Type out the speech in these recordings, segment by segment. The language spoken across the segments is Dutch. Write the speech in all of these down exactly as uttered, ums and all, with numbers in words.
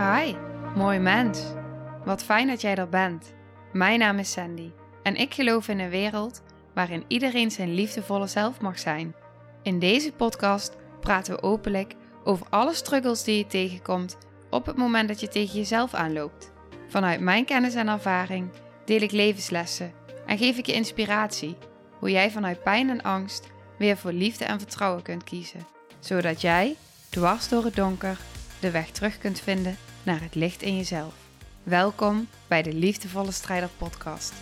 Hi, mooi mens. Wat fijn dat jij er bent. Mijn naam is Sandy en ik geloof in een wereld waarin iedereen zijn liefdevolle zelf mag zijn. In deze podcast praten we openlijk over alle struggles die je tegenkomt op het moment dat je tegen jezelf aanloopt. Vanuit mijn kennis en ervaring deel ik levenslessen en geef ik je inspiratie hoe jij vanuit pijn en angst weer voor liefde en vertrouwen kunt kiezen. Zodat jij, dwars door het donker, de weg terug kunt vinden naar het licht in jezelf. Welkom bij de Liefdevolle Strijder podcast.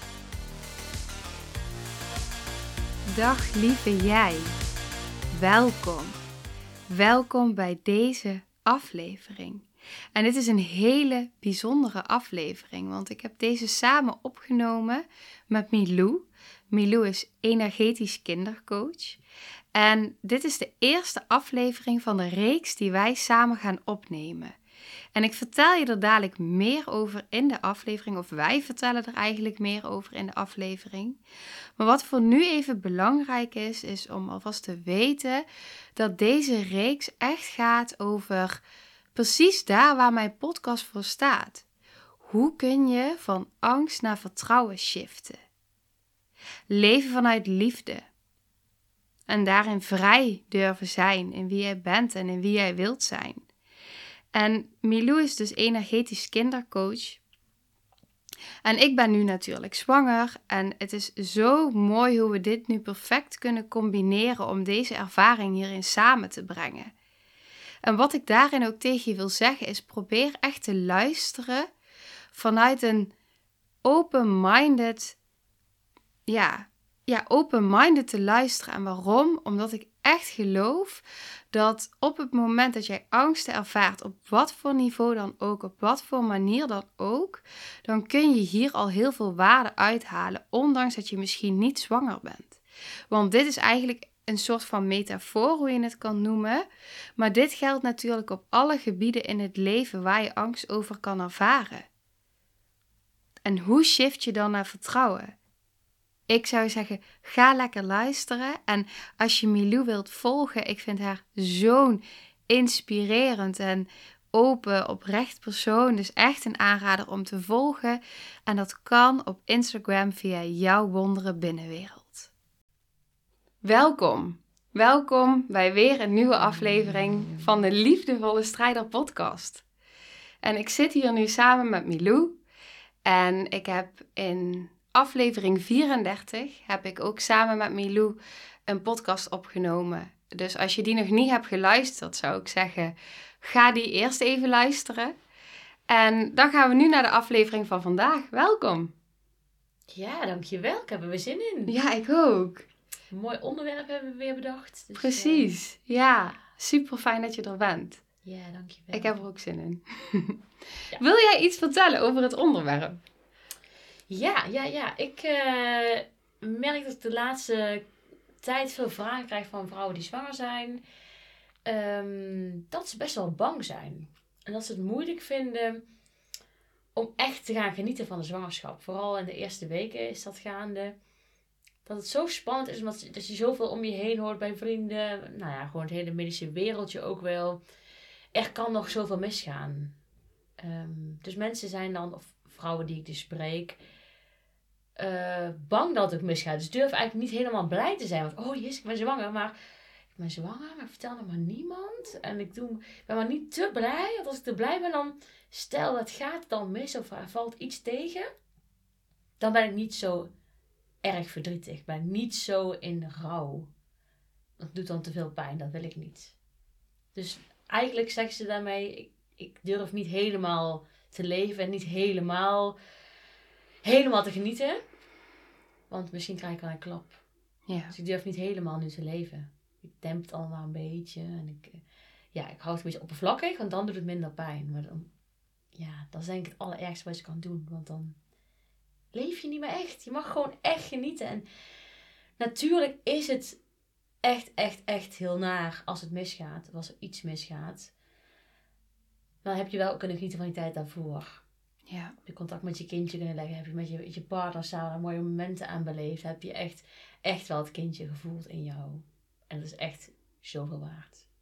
Dag lieve jij. Welkom. Welkom bij deze aflevering. En dit is een hele bijzondere aflevering, want ik heb deze samen opgenomen met Milou. Milou is energetisch kindercoach. En dit is de eerste aflevering van de reeks die wij samen gaan opnemen. En ik vertel je er dadelijk meer over in de aflevering, of wij vertellen er eigenlijk meer over in de aflevering. Maar wat voor nu even belangrijk is, is om alvast te weten dat deze reeks echt gaat over precies daar waar mijn podcast voor staat. Hoe kun je van angst naar vertrouwen shiften? Leven vanuit liefde. En daarin vrij durven zijn in wie jij bent en in wie jij wilt zijn. En Milou is dus energetisch kindercoach. En ik ben nu natuurlijk zwanger. En het is zo mooi hoe we dit nu perfect kunnen combineren om deze ervaring hierin samen te brengen. En wat ik daarin ook tegen je wil zeggen is, probeer echt te luisteren vanuit een open-minded, ja, ja, open-minded te luisteren. En waarom? Omdat ik echt geloof dat op het moment dat jij angsten ervaart, op wat voor niveau dan ook, op wat voor manier dan ook, dan kun je hier al heel veel waarde uithalen, ondanks dat je misschien niet zwanger bent. Want dit is eigenlijk een soort van metafoor, hoe je het kan noemen. Maar dit geldt natuurlijk op alle gebieden in het leven waar je angst over kan ervaren. En hoe shift je dan naar vertrouwen? Ik zou zeggen, ga lekker luisteren. En als je Milou wilt volgen, ik vind haar zo'n inspirerend en open, oprecht persoon. Dus echt een aanrader om te volgen. En dat kan op Instagram via jouw wonderen binnenwereld. Welkom. Welkom bij weer een nieuwe aflevering van de Liefdevolle Strijder podcast. En ik zit hier nu samen met Milou. En ik heb in aflevering vierendertig heb ik ook samen met Milou een podcast opgenomen. Dus als je die nog niet hebt geluisterd, zou ik zeggen, ga die eerst even luisteren. En dan gaan we nu naar de aflevering van vandaag. Welkom. Ja, dankjewel. Ik heb er weer zin in. Ja, ik ook. Een mooi onderwerp hebben we weer bedacht. Dus, Precies. Uh... Ja, super fijn dat je er bent. Ja, dankjewel. Ik heb er ook zin in. Ja. Wil jij iets vertellen over het onderwerp? Ja, ja, ja. Ik uh, merk dat ik de laatste tijd veel vragen krijg van vrouwen die zwanger zijn. Um, dat ze best wel bang zijn. En dat ze het moeilijk vinden om echt te gaan genieten van de zwangerschap. Vooral in de eerste weken is dat gaande. Dat het zo spannend is, omdat je, dat je zoveel om je heen hoort bij vrienden. Nou ja, gewoon het hele medische wereldje ook wel. Er kan nog zoveel misgaan. Um, dus mensen zijn dan, of vrouwen die ik dus spreek, uh, bang dat het misgaat. Dus durven eigenlijk niet helemaal blij te zijn. Want, oh yes, ik ben zwanger, maar ik ben zwanger, maar ik vertel nog maar niemand. En ik doe, ben maar niet te blij. Want als ik te blij ben, dan stel het gaat dan mis of er valt iets tegen. Dan ben ik niet zo erg verdrietig. Ik ben niet zo in rouw. Dat doet dan te veel pijn, dat wil ik niet. Dus eigenlijk zeggen ze daarmee, ik, ik durf niet helemaal te leven en niet helemaal, helemaal te genieten. Want misschien krijg ik al een klap. Ja. Dus ik durf niet helemaal nu te leven. Ik demp het allemaal een beetje. En ik, ja, ik hou het een beetje oppervlakkig, want dan doet het minder pijn. Maar dan, ja, dat is denk ik het allerergste wat je kan doen. Want dan leef je niet meer echt. Je mag gewoon echt genieten. En natuurlijk is het echt, echt, echt heel naar als het misgaat. Of als er iets misgaat. Maar dan heb je wel kunnen genieten van die tijd daarvoor. Ja. Heb je contact met je kindje kunnen leggen. Heb je met je, met je partner samen mooie momenten aan beleefd. Heb je echt, echt wel het kindje gevoeld in jou. En dat is echt zoveel waard.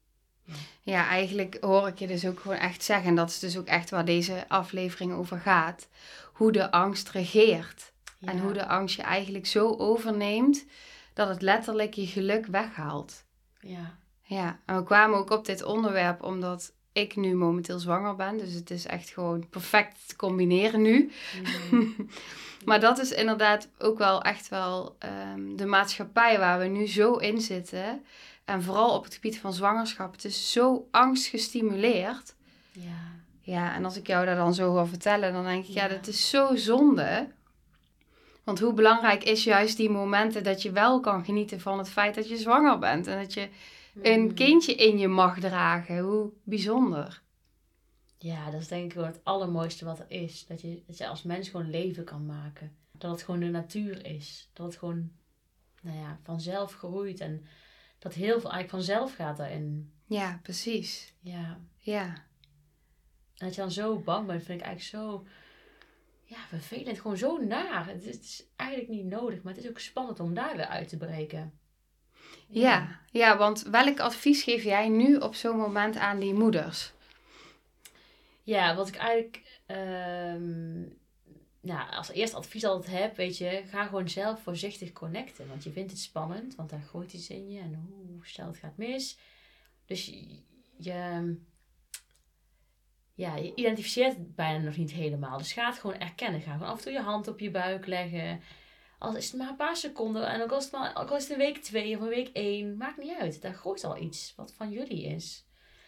Ja. Ja, eigenlijk hoor ik je dus ook gewoon echt zeggen. En dat is dus ook echt waar deze aflevering over gaat. Hoe de angst regeert. Ja. En hoe de angst je eigenlijk zo overneemt dat het letterlijk je geluk weghaalt. Ja. Ja, en we kwamen ook op dit onderwerp omdat ik nu momenteel zwanger ben. Dus het is echt gewoon perfect te combineren nu. Mm. Maar dat is inderdaad ook wel echt wel um, de maatschappij waar we nu zo in zitten. En vooral op het gebied van zwangerschap. Het is zo angstgestimuleerd. Ja. Ja, en als ik jou daar dan zo hoor vertellen, dan denk ik, ja, Ja. dat is zo zonde. Want hoe belangrijk is juist die momenten dat je wel kan genieten van het feit dat je zwanger bent. En dat je een Mm. kindje in je mag dragen. Hoe bijzonder. Ja, dat is denk ik wel het allermooiste wat er is. Dat je, dat je als mens gewoon leven kan maken. Dat het gewoon de natuur is. Dat het gewoon, nou ja, vanzelf groeit. En dat heel veel eigenlijk vanzelf gaat daarin. Ja, precies. Ja. Ja. En dat je dan zo bang bent, vind ik eigenlijk zo, ja, vervelend. Gewoon zo naar. Het is, het is eigenlijk niet nodig, maar het is ook spannend om daar weer uit te breken. Ja, ja, want welk advies geef jij nu op zo'n moment aan die moeders? Ja, wat ik eigenlijk ehm, nou, als eerste advies altijd heb, weet je, ga gewoon zelf voorzichtig connecten. Want je vindt het spannend, want daar groeit iets in je. En hoe stel het gaat mis. Dus je, je, ja, je identificeert het bijna nog niet helemaal. Dus ga het gewoon erkennen. Ga gewoon af en toe je hand op je buik leggen. Al is het maar een paar seconden. En ook al is het, maar, ook al is het een week twee of een week één. Maakt niet uit. Daar groeit al iets wat van jullie is.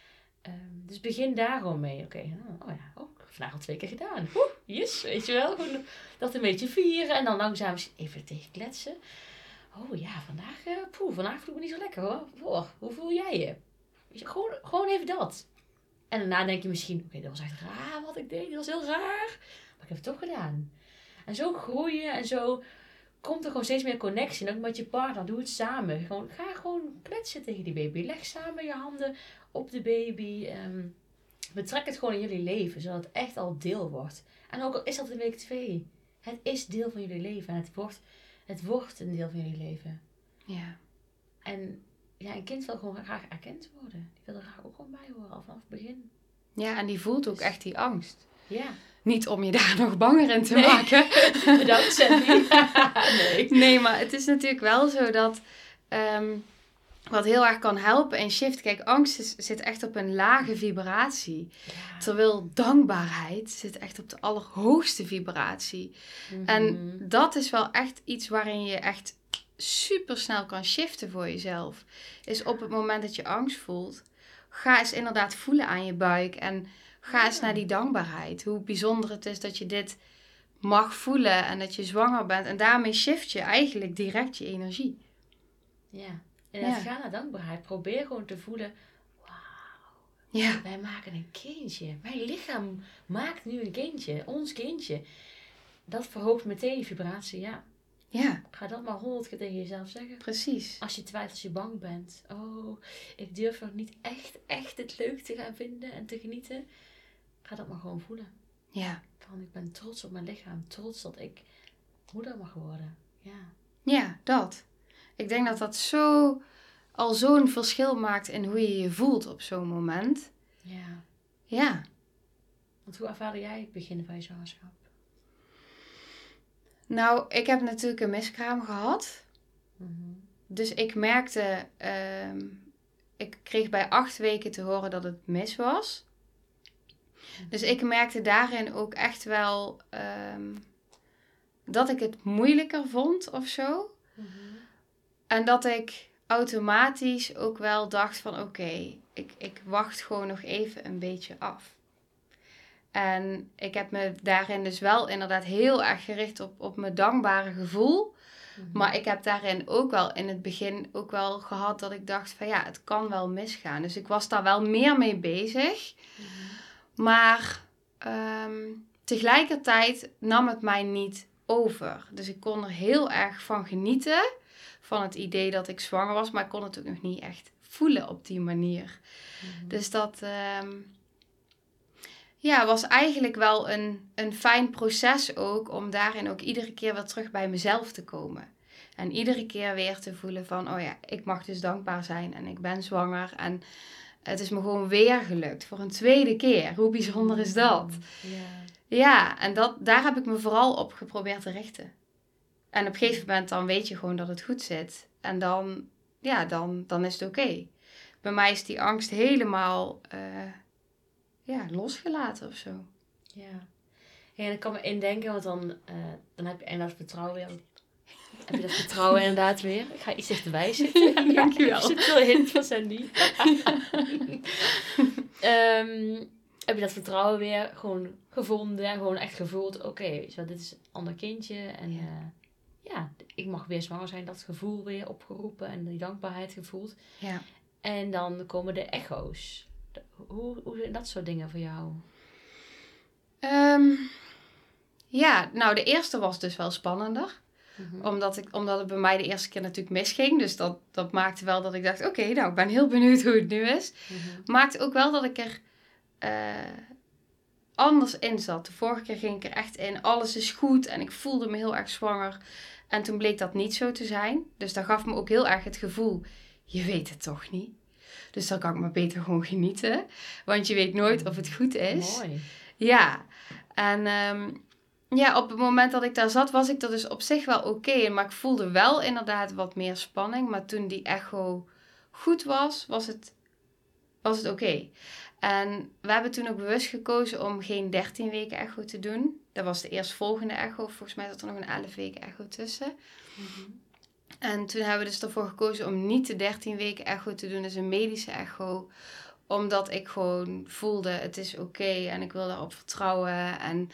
Um, dus begin daar gewoon mee. Oké, okay, oh, oh ja, oh, ik heb vandaag al twee keer gedaan. Oeh, yes, weet je wel. Gewoon dat een beetje vieren. En dan langzaam even tegen kletsen. Oh ja, vandaag, uh, poeh, vandaag voel ik me niet zo lekker hoor. Oh, hoe voel jij je? Weet je, gewoon, gewoon even dat. En daarna denk je misschien, oké, okay, dat was echt raar wat ik deed. Dat was heel raar. Maar ik heb het toch gedaan. En zo groeien en zo komt er gewoon steeds meer connectie. En ook met je partner, doe het samen. Gewoon, ga gewoon kletsen tegen die baby. Leg samen je handen op de baby. Um, betrek het gewoon in jullie leven, zodat het echt al deel wordt. En ook al is dat in week twee. Het is deel van jullie leven. En het wordt, het wordt een deel van jullie leven. Ja. En ja, een kind wil gewoon graag erkend worden. Die wil er graag ook gewoon bij horen, al vanaf het begin. Ja, en die voelt ook Dus, echt die angst. Ja. Niet om je daar nog banger in te nee. maken. Bedankt, Sandy. nee. nee, maar het is natuurlijk wel zo dat... Um, wat heel erg kan helpen in shift. Kijk, angst is, zit echt op een lage vibratie. Ja. Terwijl dankbaarheid zit echt op de allerhoogste vibratie. Mm-hmm. En dat is wel echt iets waarin je echt super snel kan shiften voor jezelf. Is op het moment dat je angst voelt, ga eens inderdaad voelen aan je buik. En ga ja. eens naar die dankbaarheid. Hoe bijzonder het is dat je dit mag voelen en dat je zwanger bent. En daarmee shift je eigenlijk direct je energie. Ja. En ja. ga naar dankbaarheid. Probeer gewoon te voelen, wauw, ja. wij maken een kindje. Mijn lichaam maakt nu een kindje, ons kindje. Dat verhoogt meteen je vibratie, ja. Ja. Ga dat maar honderd keer tegen jezelf zeggen. Precies. Als je twijfelt, als je bang bent. Oh, ik durf nog niet echt, echt het leuk te gaan vinden en te genieten. Ga dat maar gewoon voelen. Ja. Van, ik ben trots op mijn lichaam. Trots dat ik moeder mag worden. Ja. Ja, dat. Ik denk dat dat zo, al zo'n verschil maakt in hoe je je voelt op zo'n moment. Ja. Ja. Want hoe ervaarde jij het begin van je zwangerschap? Nou, ik heb natuurlijk een miskraam gehad. Mm-hmm. Dus ik merkte, uh, ik kreeg bij acht weken te horen dat het mis was. Mm-hmm. Dus ik merkte daarin ook echt wel um, dat ik het moeilijker vond of zo. Mm-hmm. En dat ik automatisch ook wel dacht van oké, okay, ik, ik wacht gewoon nog even een beetje af. En ik heb me daarin dus wel inderdaad heel erg gericht op, op mijn dankbare gevoel. Mm-hmm. Maar ik heb daarin ook wel in het begin ook wel gehad dat ik dacht van ja, het kan wel misgaan. Dus ik was daar wel meer mee bezig. Mm-hmm. Maar um, tegelijkertijd nam het mij niet over. Dus ik kon er heel erg van genieten. Van het idee dat ik zwanger was. Maar ik kon het ook nog niet echt voelen op die manier. Mm-hmm. Dus dat um, ja, was eigenlijk wel een, een fijn proces ook. Om daarin ook iedere keer weer terug bij mezelf te komen. En iedere keer weer te voelen van, oh ja, ik mag dus dankbaar zijn. En ik ben zwanger. En het is me gewoon weer gelukt. Voor een tweede keer. Hoe bijzonder is dat? Ja. Ja, en dat, daar heb ik me vooral op geprobeerd te richten. En op een gegeven moment dan weet je gewoon dat het goed zit. En dan, ja, dan, dan is het oké. Okay. Bij mij is die angst helemaal uh, ja, losgelaten of zo. Ja. Ja, en ik kan me indenken, want dan, uh, dan heb je inderdaad vertrouwen weer. Heb je dat vertrouwen inderdaad weer? Ik ga iets dichterbij zitten. Ja, dankjewel. Ja, veel hint van Sandy. um, heb je dat vertrouwen weer gewoon gevonden. En gewoon echt gevoeld. Oké, okay, dit is een ander kindje. En ja. Uh, ja, ik mag weer zwanger zijn. Dat gevoel weer opgeroepen. En die dankbaarheid gevoeld. Ja. En dan komen de echo's. De, hoe, hoe zijn dat soort dingen voor jou? Um, ja, nou de eerste was dus wel spannender. Mm-hmm. Omdat, ik, omdat het bij mij de eerste keer natuurlijk misging. Dus dat, dat maakte wel dat ik dacht... Oké, okay, nou, ik ben heel benieuwd hoe het nu is. Mm-hmm. Maakte ook wel dat ik er uh, anders in zat. De vorige keer ging ik er echt in. Alles is goed. En ik voelde me heel erg zwanger. En toen bleek dat niet zo te zijn. Dus dat gaf me ook heel erg het gevoel... Je weet het toch niet. Dus dan kan ik maar beter gewoon genieten. Want je weet nooit of het goed is. Mooi. Ja. En... Um, Ja, op het moment dat ik daar zat, was ik er dus op zich wel oké okay in. Maar ik voelde wel inderdaad wat meer spanning. Maar toen die echo goed was, was het, was het oké. Okay. En we hebben toen ook bewust gekozen om geen dertien weken echo te doen. Dat was de eerstvolgende echo. Volgens mij zat er nog een elf weken echo tussen. Mm-hmm. En toen hebben we dus ervoor gekozen om niet de dertien weken echo te doen. Dus een medische echo. Omdat ik gewoon voelde, het is oké. Okay, en ik wil daarop vertrouwen. En...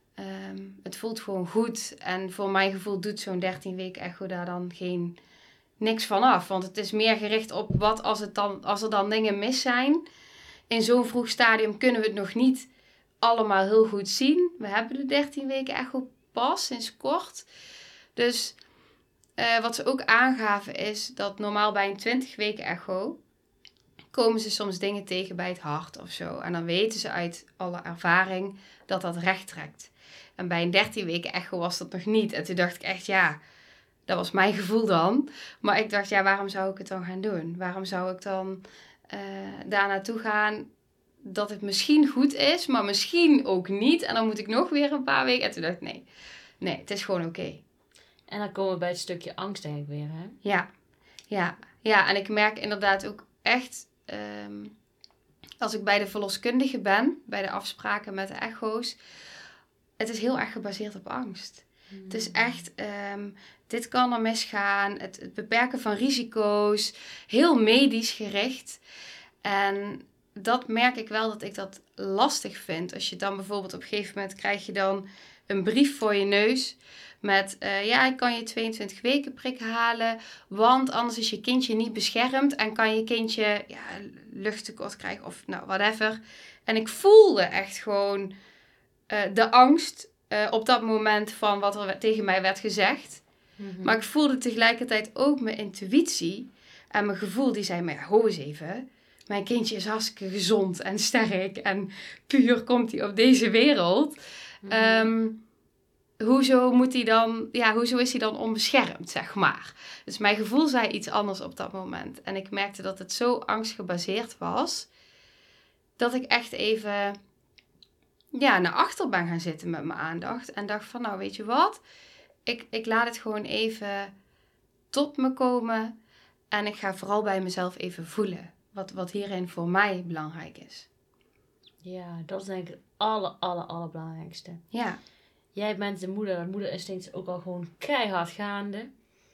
Um, het voelt gewoon goed. En voor mijn gevoel doet zo'n dertien weken echo daar dan geen niks van af. Want het is meer gericht op wat als, het dan, als er dan dingen mis zijn. In zo'n vroeg stadium kunnen we het nog niet allemaal heel goed zien. We hebben de dertien weken echo pas sinds kort. Dus uh, wat ze ook aangaven is dat normaal bij een twintig weken echo... komen ze soms dingen tegen bij het hart of zo. En dan weten ze uit alle ervaring dat dat recht trekt. En bij een dertien weken echo was dat nog niet. En toen dacht ik echt, ja, dat was mijn gevoel dan. Maar ik dacht, ja, waarom zou ik het dan gaan doen? Waarom zou ik dan uh, daar naartoe gaan dat het misschien goed is, maar misschien ook niet. En dan moet ik nog weer een paar weken. En toen dacht ik, nee, nee, het is gewoon oké. Okay. En dan komen we bij het stukje angst denk ik weer, hè? Ja, ja, ja. En ik merk inderdaad ook echt... Um, als ik bij de verloskundige ben, bij de afspraken met de echo's, het is heel erg gebaseerd op angst. Mm. Het is echt, um, dit kan er misgaan, het, het beperken van risico's, heel medisch gericht. En dat merk ik wel dat ik dat lastig vind. Als je dan bijvoorbeeld op een gegeven moment krijg je dan een brief voor je neus met, uh, ja, ik kan je tweeëntwintig weken prik halen, want anders is je kindje niet beschermd en kan je kindje ja, luchttekort krijgen of nou, whatever. En ik voelde echt gewoon uh, de angst uh, op dat moment van wat er tegen mij werd gezegd. Mm-hmm. Maar ik voelde tegelijkertijd ook mijn intuïtie en mijn gevoel die zei, maar ja, ho eens even. Mijn kindje is hartstikke gezond en sterk en puur komt hij op deze wereld. Mm-hmm. Um, hoezo moet hij dan, ja, hoezo is hij dan onbeschermd, zeg maar. Dus mijn gevoel zei iets anders op dat moment. En ik merkte dat het zo angstgebaseerd was, dat ik echt even ja, naar achter ben gaan zitten met mijn aandacht. En dacht van, nou weet je wat, ik, ik laat het gewoon even tot me komen. En ik ga vooral bij mezelf even voelen. Wat, wat hierin voor mij belangrijk is. Ja, dat is denk ik het aller, aller, allerbelangrijkste. Ja. Jij bent de moeder. De moederinstinct is ook al gewoon keihard gaande.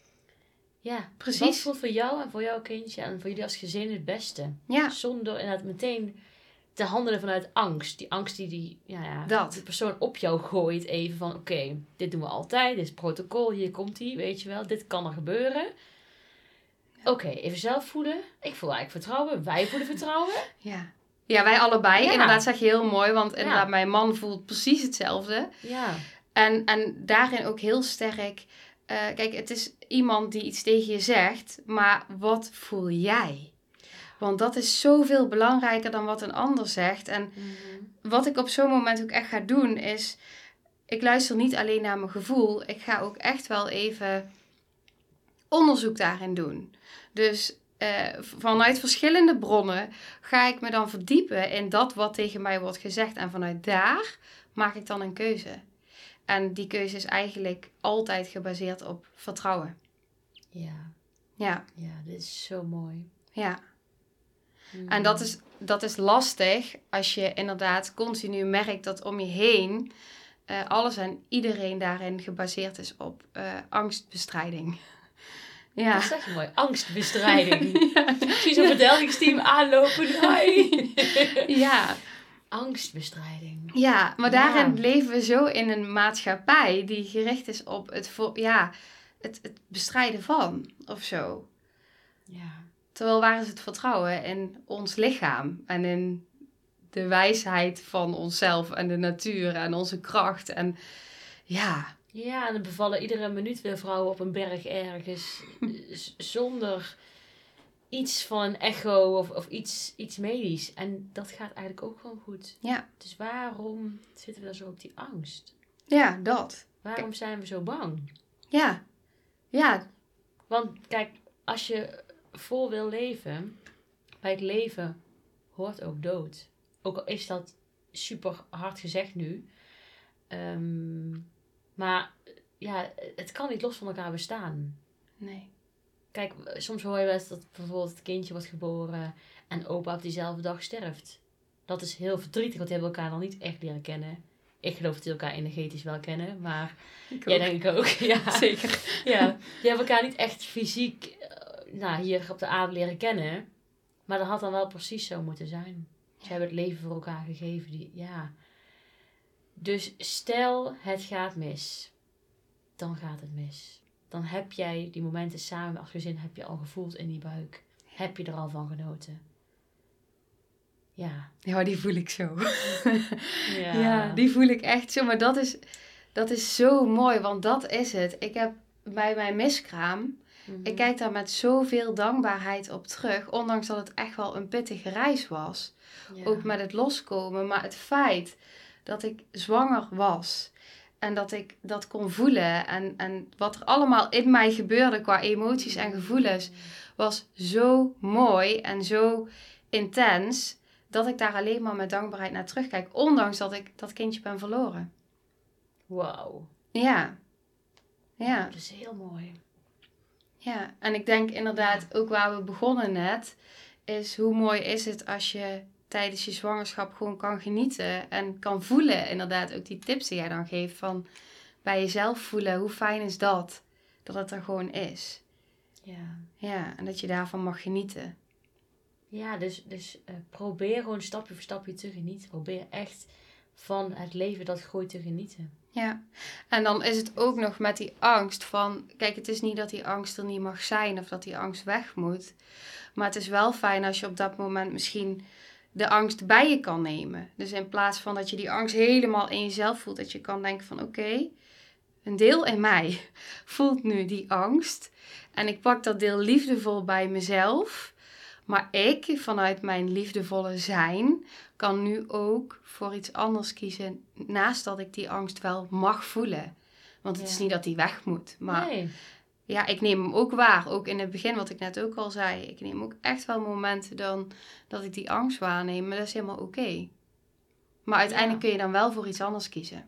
Ja, precies. Wat voelt voor jou en voor jouw kindje en voor jullie als gezin het beste? Ja. Zonder inderdaad meteen te handelen vanuit angst. Die angst die die, ja, ja, dat. die persoon op jou gooit even van... Oké, okay, dit doen we altijd. Dit is protocol. Hier komt hij, weet je wel. Dit kan er gebeuren. Oké, okay, even zelf voelen. Ik voel eigenlijk vertrouwen. Wij voelen vertrouwen. Ja. Ja, wij allebei. Ja. Inderdaad zeg je heel mooi. Want inderdaad, ja. mijn man voelt precies hetzelfde. Ja. En, en daarin ook heel sterk... Uh, kijk, het is iemand die iets tegen je zegt. Maar wat voel jij? Want dat is zoveel belangrijker dan wat een ander zegt. En mm-hmm. wat ik op zo'n moment ook echt ga doen is... Ik luister niet alleen naar mijn gevoel. Ik ga ook echt wel even onderzoek daarin doen. Dus uh, vanuit verschillende bronnen ga ik me dan verdiepen in dat wat tegen mij wordt gezegd. En vanuit daar maak ik dan een keuze. En die keuze is eigenlijk altijd gebaseerd op vertrouwen. Ja. Ja. Ja, dit is zo mooi. Ja. Hmm. En dat is, dat is lastig als je inderdaad continu merkt dat om je heen uh, alles en iedereen daarin gebaseerd is op uh, angstbestrijding. Ja. Dat zeg je mooi, angstbestrijding. Ja. Ik zie zo'n verdelgingsteam aanlopen. Hi. Ja. Angstbestrijding. Ja, maar daarin ja. leven we zo in een maatschappij die gericht is op het, voor, ja, het, het bestrijden van of zo. Ja. Terwijl waar is het vertrouwen in ons lichaam en in de wijsheid van onszelf en de natuur en onze kracht en ja. Ja, en dan bevallen iedere minuut weer vrouwen op een berg ergens z- zonder iets van een echo of, of iets, iets medisch. En dat gaat eigenlijk ook gewoon goed. Ja. Dus waarom zitten we dan zo op die angst? Ja, dat. Waarom zijn we zo bang? Ja. Ja. Want kijk, als je vol wil leven, bij het leven hoort ook dood. Ook al is dat super hard gezegd nu. Um, maar ja, het kan niet los van elkaar bestaan. Nee. Kijk, soms hoor je wel eens dat bijvoorbeeld het kindje wordt geboren en opa op diezelfde dag sterft. Dat is heel verdrietig, want die hebben elkaar nog niet echt leren kennen. Ik geloof dat die elkaar energetisch wel kennen, maar ik jij denk ik ook. Ja, zeker. Ja, die hebben elkaar niet echt fysiek uh, nou, hier op de aarde leren kennen. Maar dat had dan wel precies zo moeten zijn. Ze hebben het leven voor elkaar gegeven. Die, ja. Dus stel het gaat mis. Dan gaat het mis. Dan heb jij die momenten samen als gezin heb je al gevoeld in die buik. Heb je er al van genoten. Ja. Ja, die voel ik zo. Ja. Ja, die voel ik echt zo. Maar dat is, dat is zo mooi, want dat is het. Ik heb bij mijn miskraam, mm-hmm. ik kijk daar met zoveel dankbaarheid op terug. Ondanks dat het echt wel een pittige reis was. Ja. Ook met het loskomen. Maar het feit dat ik zwanger was. En dat ik dat kon voelen. En, en wat er allemaal in mij gebeurde qua emoties en gevoelens. Was zo mooi en zo intens. Dat ik daar alleen maar met dankbaarheid naar terugkijk. Ondanks dat ik dat kindje ben verloren. Wauw. Ja. Ja. Dat is heel mooi. Ja. En ik denk inderdaad ook waar we begonnen net. Is hoe mooi is het als je tijdens je zwangerschap gewoon kan genieten. En kan voelen inderdaad ook die tips die jij dan geeft. Van bij jezelf voelen. Hoe fijn is dat? Dat het er gewoon is. Ja. Ja. En dat je daarvan mag genieten. Ja, dus, dus uh, probeer gewoon stapje voor stapje te genieten. Probeer echt van het leven dat groeit te genieten. Ja, en dan is het ook nog met die angst van... Kijk, het is niet dat die angst er niet mag zijn of dat die angst weg moet. Maar het is wel fijn als je op dat moment misschien de angst bij je kan nemen. Dus in plaats van dat je die angst helemaal in jezelf voelt... dat je kan denken van oké, okay, een deel in mij voelt nu die angst. En ik pak dat deel liefdevol bij mezelf... Maar ik, vanuit mijn liefdevolle zijn, kan nu ook voor iets anders kiezen. Naast dat ik die angst wel mag voelen. Want het ja. is niet dat die weg moet. Maar nee. ja, ik neem hem ook waar. Ook in het begin, wat ik net ook al zei. Ik neem ook echt wel momenten dan dat ik die angst waarneem. Maar dat is helemaal oké. Okay. Maar uiteindelijk ja. kun je dan wel voor iets anders kiezen.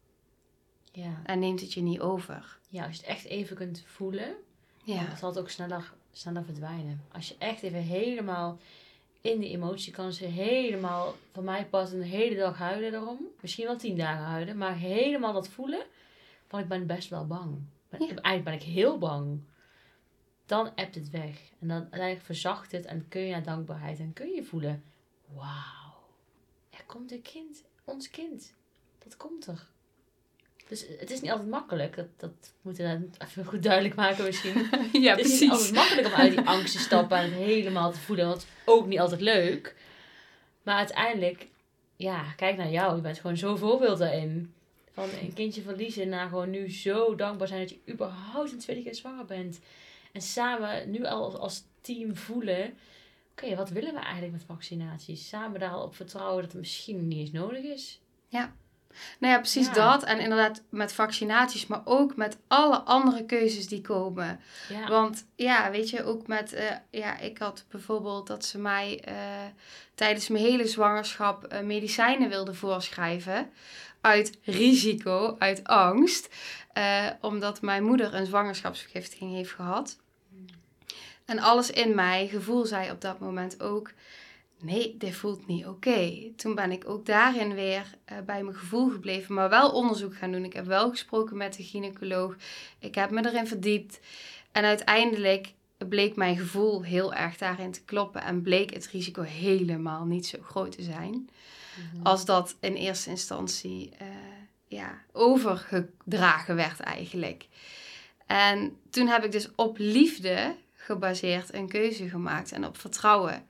Ja. En neemt het je niet over. Ja, als je het echt even kunt voelen. Ja. Dan zal het ook sneller... sneller verdwijnen. Als je echt even helemaal in die emotie kan ze helemaal, voor mij pas een hele dag huilen daarom. Misschien wel tien dagen huilen, maar helemaal dat voelen, van ik ben best wel bang. Ben, ja. Eigenlijk ben ik heel bang. Dan ebt het weg. En dan uiteindelijk verzacht het en kun je naar dankbaarheid en kun je voelen, wauw, er komt een kind, ons kind. Dat komt er. Dus het is niet altijd makkelijk. Dat, dat moeten we even goed duidelijk maken misschien. Ja, het precies. is niet altijd makkelijk om uit die angst te stappen en het helemaal te voelen. Want het is ook niet altijd leuk. Maar uiteindelijk, ja, kijk naar jou. Je bent gewoon zo'n voorbeeld daarin. Van een kindje verliezen naar gewoon nu zo dankbaar zijn dat je überhaupt een tweede keer zwanger bent. En samen nu al als team voelen. Oké, okay, wat willen we eigenlijk met vaccinaties? Samen daar al op vertrouwen dat het misschien niet eens nodig is. Ja. Nou ja, precies Ja. dat. En inderdaad met vaccinaties, maar ook met alle andere keuzes die komen. Ja. Want ja, weet je, ook met... Uh, ja, ik had bijvoorbeeld dat ze mij uh, tijdens mijn hele zwangerschap uh, medicijnen wilden voorschrijven. Uit risico, uit angst. Uh, omdat mijn moeder een zwangerschapsvergiftiging heeft gehad. Hmm. En alles in mij, gevoel zei op dat moment ook... Nee, dit voelt niet oké. Okay. Toen ben ik ook daarin weer uh, bij mijn gevoel gebleven, maar wel onderzoek gaan doen. Ik heb wel gesproken met de gynaecoloog. Ik heb me erin verdiept. En uiteindelijk bleek mijn gevoel heel erg daarin te kloppen. En bleek het risico helemaal niet zo groot te zijn. Mm-hmm. Als dat in eerste instantie uh, ja, overgedragen werd eigenlijk. En toen heb ik dus op liefde gebaseerd een keuze gemaakt en op vertrouwen.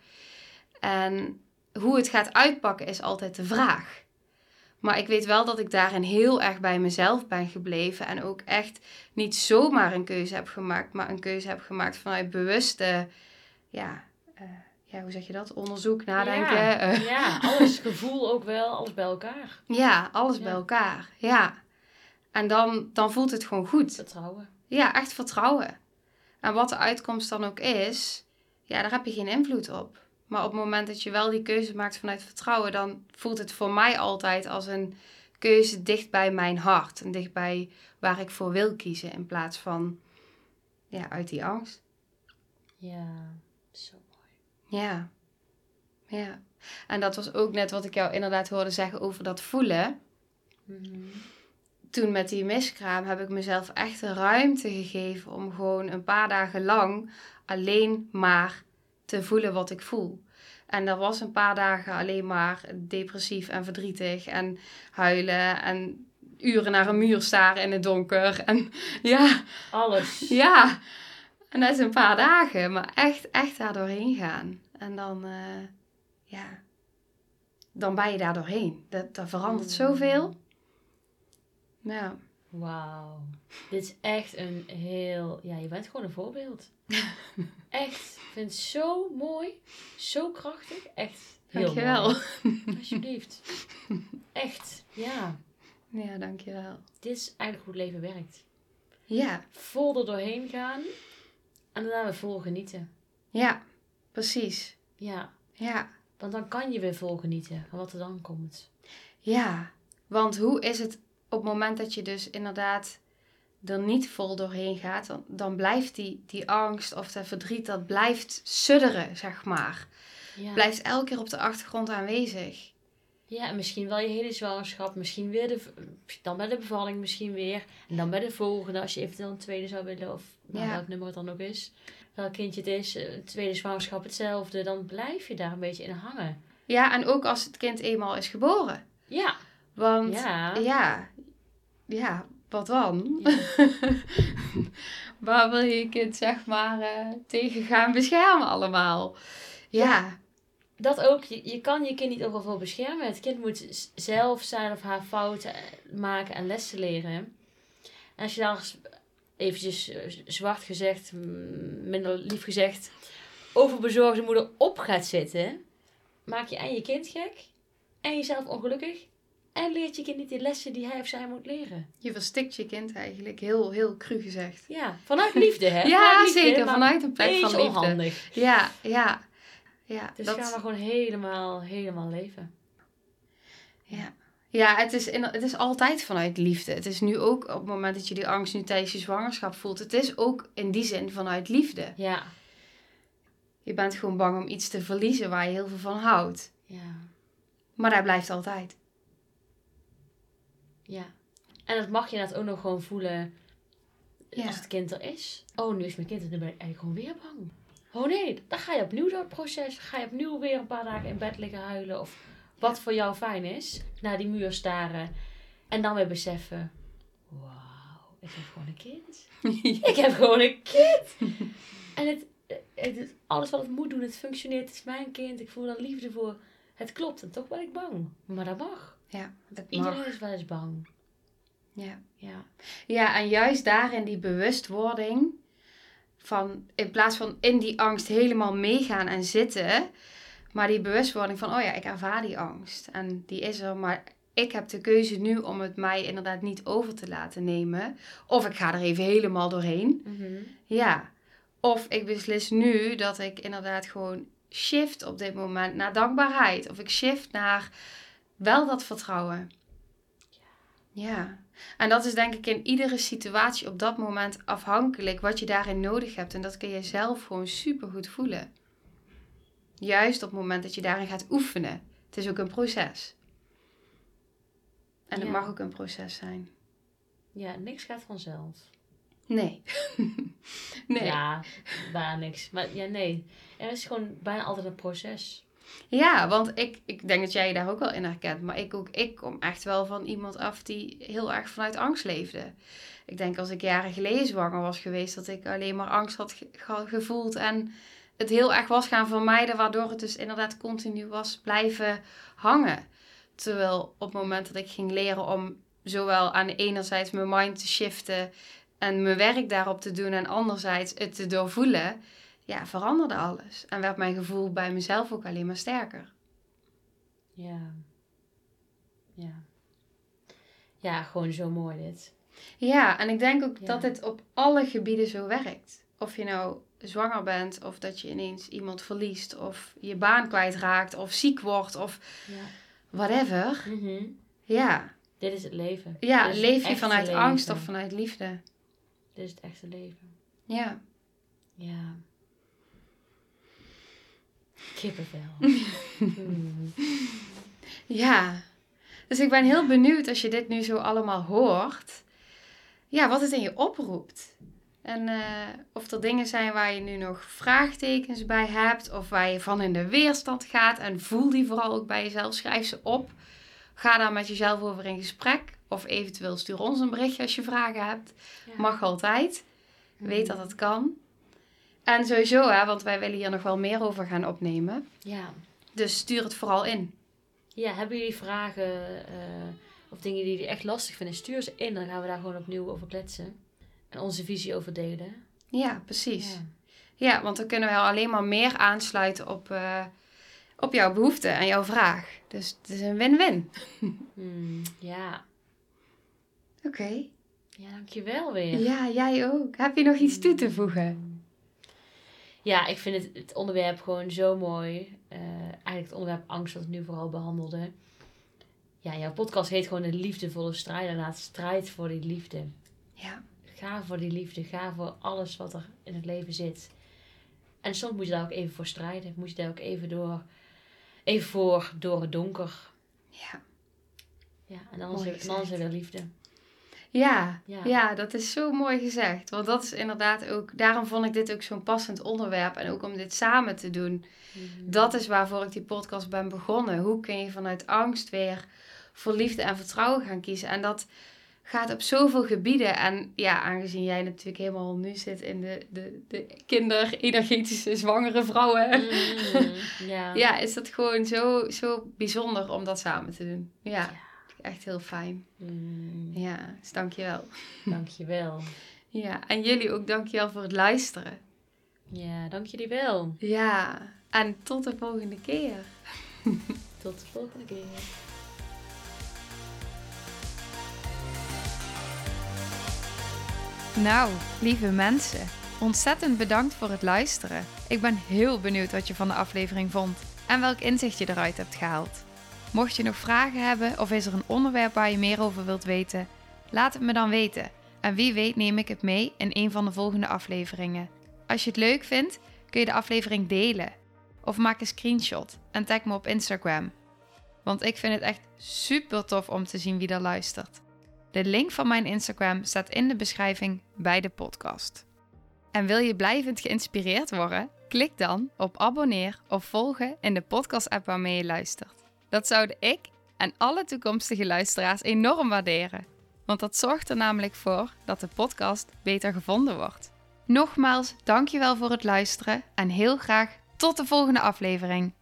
En hoe het gaat uitpakken is altijd de vraag. Maar ik weet wel dat ik daarin heel erg bij mezelf ben gebleven. En ook echt niet zomaar een keuze heb gemaakt. Maar een keuze heb gemaakt vanuit bewuste, ja, uh, ja hoe zeg je dat? Onderzoek, nadenken. Ja, uh. ja, alles, gevoel ook wel, alles bij elkaar. Ja, alles ja. bij elkaar. Ja. En dan, dan voelt het gewoon goed. Vertrouwen. Ja, echt vertrouwen. En wat de uitkomst dan ook is, ja, daar heb je geen invloed op. Maar op het moment dat je wel die keuze maakt vanuit vertrouwen, dan voelt het voor mij altijd als een keuze dicht bij mijn hart. En dicht bij waar ik voor wil kiezen in plaats van ja, uit die angst. Ja, zo mooi. Ja, ja. En dat was ook net wat ik jou inderdaad hoorde zeggen over dat voelen. Mm-hmm. Toen met die miskraam heb ik mezelf echt de ruimte gegeven om gewoon een paar dagen lang alleen maar te voelen wat ik voel. En dat was een paar dagen alleen maar depressief en verdrietig en huilen en uren naar een muur staren in het donker. En ja. Alles. Ja. En dat is een paar dagen, maar echt, echt daar doorheen gaan. En dan, uh, ja, dan ben je daar doorheen. Dat, dat verandert zoveel. Ja. Wauw. Dit is echt een heel... Ja, je bent gewoon een voorbeeld. Echt. Ik vind het zo mooi. Zo krachtig. Echt heel dankjewel. Mooi. Alsjeblieft. Echt. Ja. Ja, dankjewel. Dit is eigenlijk hoe het leven werkt. Ja. Vol er doorheen gaan. En daarna weer vol genieten. Ja. Precies. Ja. Ja. Want dan kan je weer vol genieten van wat er dan komt. Ja. Want hoe is het op het moment dat je dus inderdaad er niet vol doorheen gaat, dan, dan blijft die, die angst of dat verdriet, dat blijft sudderen, zeg maar. Ja. Blijft elke keer op de achtergrond aanwezig. Ja, en misschien wel je hele zwangerschap, misschien weer de, dan bij de bevalling misschien weer. En dan bij de volgende, als je eventueel een tweede zou willen, of nou, ja. welk nummer het dan ook is. Welk kindje het is, een tweede zwangerschap hetzelfde, dan blijf je daar een beetje in hangen. Ja, en ook als het kind eenmaal is geboren. Ja. Want, ja, ja, ja wat dan? Ja. Waar wil je je kind, zeg maar, uh, tegen gaan beschermen allemaal? Ja. ja. Dat ook. Je, je kan je kind niet overal voor beschermen. Het kind moet zelf zijn of haar fouten maken en lessen leren. En als je daar eventjes zwart gezegd, minder lief gezegd, overbezorgde moeder op gaat zitten, maak je en je kind gek en jezelf ongelukkig. En leert je kind niet de lessen die hij of zij moet leren. Je verstikt je kind eigenlijk, heel, heel cru gezegd. Ja, vanuit liefde, hè? Ja, vanuit liefde, zeker, vanuit een plek van liefde. Onhandig. Ja, ja. ja dus dat... gaan we gewoon helemaal, helemaal leven. Ja, ja het, is in, het is altijd vanuit liefde. Het is nu ook, op het moment dat je die angst nu tijdens je zwangerschap voelt, het is ook in die zin vanuit liefde. Ja. Je bent gewoon bang om iets te verliezen waar je heel veel van houdt. Ja. Maar dat blijft altijd. Ja. En dat mag je net ook nog gewoon voelen ja. als het kind er is. Oh, nu is mijn kind er, dan ben ik eigenlijk gewoon weer bang. Oh nee, dan ga je opnieuw door het proces. Ga je opnieuw weer een paar dagen in bed liggen huilen. Of wat ja. voor jou fijn is. Naar die muur staren. En dan weer beseffen. Wauw, ik heb gewoon een kind. Ja. Ik heb gewoon een kind. En het, het, het, alles wat het moet doen, het functioneert. Het is mijn kind. Ik voel er liefde voor. Het klopt en toch ben ik bang. Maar dat mag. Ja, dat Iedereen mag. is wel eens bang. Ja. Ja. Ja, en juist daarin die bewustwording van, in plaats van in die angst helemaal meegaan en zitten, maar die bewustwording van, oh ja, ik ervaar die angst. En die is er, maar ik heb de keuze nu om het mij inderdaad niet over te laten nemen. Of ik ga er even helemaal doorheen. Mm-hmm. Ja. Of ik beslis nu dat ik inderdaad gewoon shift op dit moment naar dankbaarheid. Of ik shift naar wel dat vertrouwen. Ja. En dat is denk ik in iedere situatie op dat moment afhankelijk wat je daarin nodig hebt. En dat kun je zelf gewoon super goed voelen. Juist op het moment dat je daarin gaat oefenen. Het is ook een proces. En het Ja. mag ook een proces zijn. Ja, niks gaat vanzelf. Nee. nee. Ja, bijna niks. Maar ja, nee. Er is gewoon bijna altijd een proces. Ja, want ik, ik denk dat jij je daar ook wel in herkent. Maar ik, ook, ik kom echt wel van iemand af die heel erg vanuit angst leefde. Ik denk als ik jaren geleden zwanger was geweest, dat ik alleen maar angst had ge- ge- gevoeld. En het heel erg was gaan vermijden, waardoor het dus inderdaad continu was blijven hangen. Terwijl op het moment dat ik ging leren om zowel aan de enerzijds mijn mind te shiften en mijn werk daarop te doen en anderzijds het te doorvoelen, ja, veranderde alles. En werd mijn gevoel bij mezelf ook alleen maar sterker. Ja. Ja. Ja, gewoon zo mooi dit. Ja, en ik denk ook Ja. dat het op alle gebieden zo werkt. Of je nou zwanger bent, of dat je ineens iemand verliest, of je baan kwijtraakt, of ziek wordt, of Ja. whatever. Mm-hmm. Ja, Dit is het leven. ja Dit is het leef je echte vanuit leven. angst of vanuit liefde. Dit is het echte leven. Ja. Ja. Kippenvel. mm. Ja. Dus ik ben heel benieuwd als je dit nu zo allemaal hoort. Ja, wat het in je oproept. En uh, of er dingen zijn waar je nu nog vraagtekens bij hebt. Of waar je van in de weerstand gaat. En voel die vooral ook bij jezelf. Schrijf ze op. Ga daar met jezelf over in gesprek. Of eventueel stuur ons een berichtje als je vragen hebt. Ja. Mag altijd. Weet dat het kan. En sowieso, hè, want wij willen hier nog wel meer over gaan opnemen. Ja. Dus stuur het vooral in. Ja, hebben jullie vragen uh, of dingen die jullie echt lastig vinden? Stuur ze in, dan gaan we daar gewoon opnieuw over kletsen. En onze visie over delen. Ja, precies. Ja, ja want dan kunnen we alleen maar meer aansluiten op, uh, op jouw behoefte en jouw vraag. Dus het is een win-win. hmm, ja. Oké. Okay. Ja, dankjewel weer. Ja, jij ook. Heb je nog iets toe te voegen? Ja, ik vind het, het onderwerp gewoon zo mooi. Uh, eigenlijk het onderwerp angst dat we nu vooral behandelden. Ja, jouw podcast heet gewoon de liefdevolle strijder. Laat strijd voor die liefde. Ja. Ga voor die liefde. Ga voor alles wat er in het leven zit. En soms moet je daar ook even voor strijden. Moet je daar ook even door, even voor door het donker. Ja. Ja, en dan is, dan is er weer liefde. Ja, ja, ja, dat is zo mooi gezegd. Want dat is inderdaad ook, daarom vond ik dit ook zo'n passend onderwerp. En ook om dit samen te doen. Mm-hmm. Dat is waarvoor ik die podcast ben begonnen. Hoe kun je vanuit angst weer voor liefde en vertrouwen gaan kiezen? En dat gaat op zoveel gebieden. En ja, aangezien jij natuurlijk helemaal nu zit in de, de, de kinder-energetische zwangere vrouwen. Mm-hmm. Ja. ja, is dat gewoon zo, zo bijzonder om dat samen te doen. Ja. ja. Echt heel fijn. Mm. Ja, dus dankjewel. Dankjewel. Ja, en jullie ook dankjewel voor het luisteren. Ja, dank jullie wel. Ja, en tot de volgende keer. Tot de volgende keer. Nou, lieve mensen, ontzettend bedankt voor het luisteren. Ik ben heel benieuwd wat je van de aflevering vond en welk inzicht je eruit hebt gehaald. Mocht je nog vragen hebben of is er een onderwerp waar je meer over wilt weten, laat het me dan weten. En wie weet neem ik het mee in een van de volgende afleveringen. Als je het leuk vindt, kun je de aflevering delen. Of maak een screenshot en tag me op Instagram. Want ik vind het echt super tof om te zien wie er luistert. De link van mijn Instagram staat in de beschrijving bij de podcast. En wil je blijvend geïnspireerd worden? Klik dan op abonneer of volgen in de podcast-app waarmee je luistert. Dat zouden ik en alle toekomstige luisteraars enorm waarderen. Want dat zorgt er namelijk voor dat de podcast beter gevonden wordt. Nogmaals, dankjewel voor het luisteren en heel graag tot de volgende aflevering.